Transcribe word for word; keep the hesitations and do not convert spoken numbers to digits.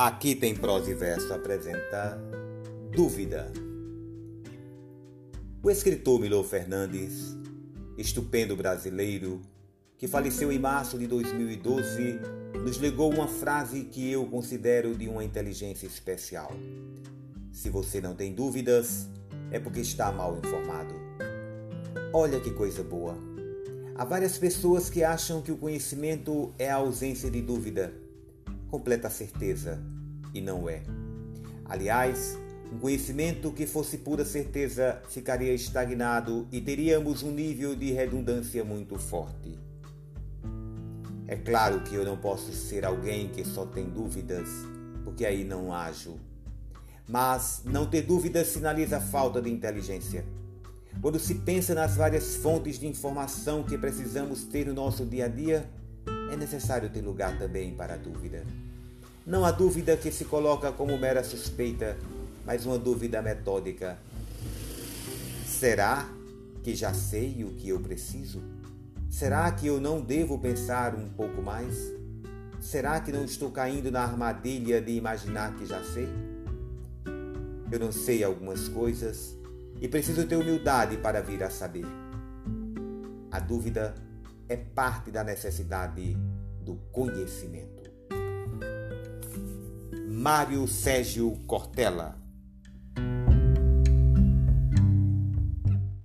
Aqui tem prosa e verso apresenta Dúvida. O escritor Milor Fernandes, estupendo brasileiro, que faleceu em março de dois mil e doze, nos legou uma frase que eu considero de uma inteligência especial. Se você não tem dúvidas, é porque está mal informado. Olha que coisa boa! Há várias pessoas que acham que o conhecimento é a ausência de dúvida, completa certeza, e não é. Aliás, um conhecimento que fosse pura certeza ficaria estagnado e teríamos um nível de redundância muito forte. É claro que eu não posso ser alguém que só tem dúvidas, porque aí não ajo. Mas não ter dúvidas sinaliza falta de inteligência. Quando se pensa nas várias fontes de informação que precisamos ter no nosso dia a dia, é necessário ter lugar também para a dúvida. Não a dúvida que se coloca como mera suspeita, mas uma dúvida metódica. Será que já sei o que eu preciso? Será que eu não devo pensar um pouco mais? Será que não estou caindo na armadilha de imaginar que já sei? Eu não sei algumas coisas e preciso ter humildade para vir a saber. A dúvida é parte da necessidade do conhecimento. Mário Sérgio Cortella.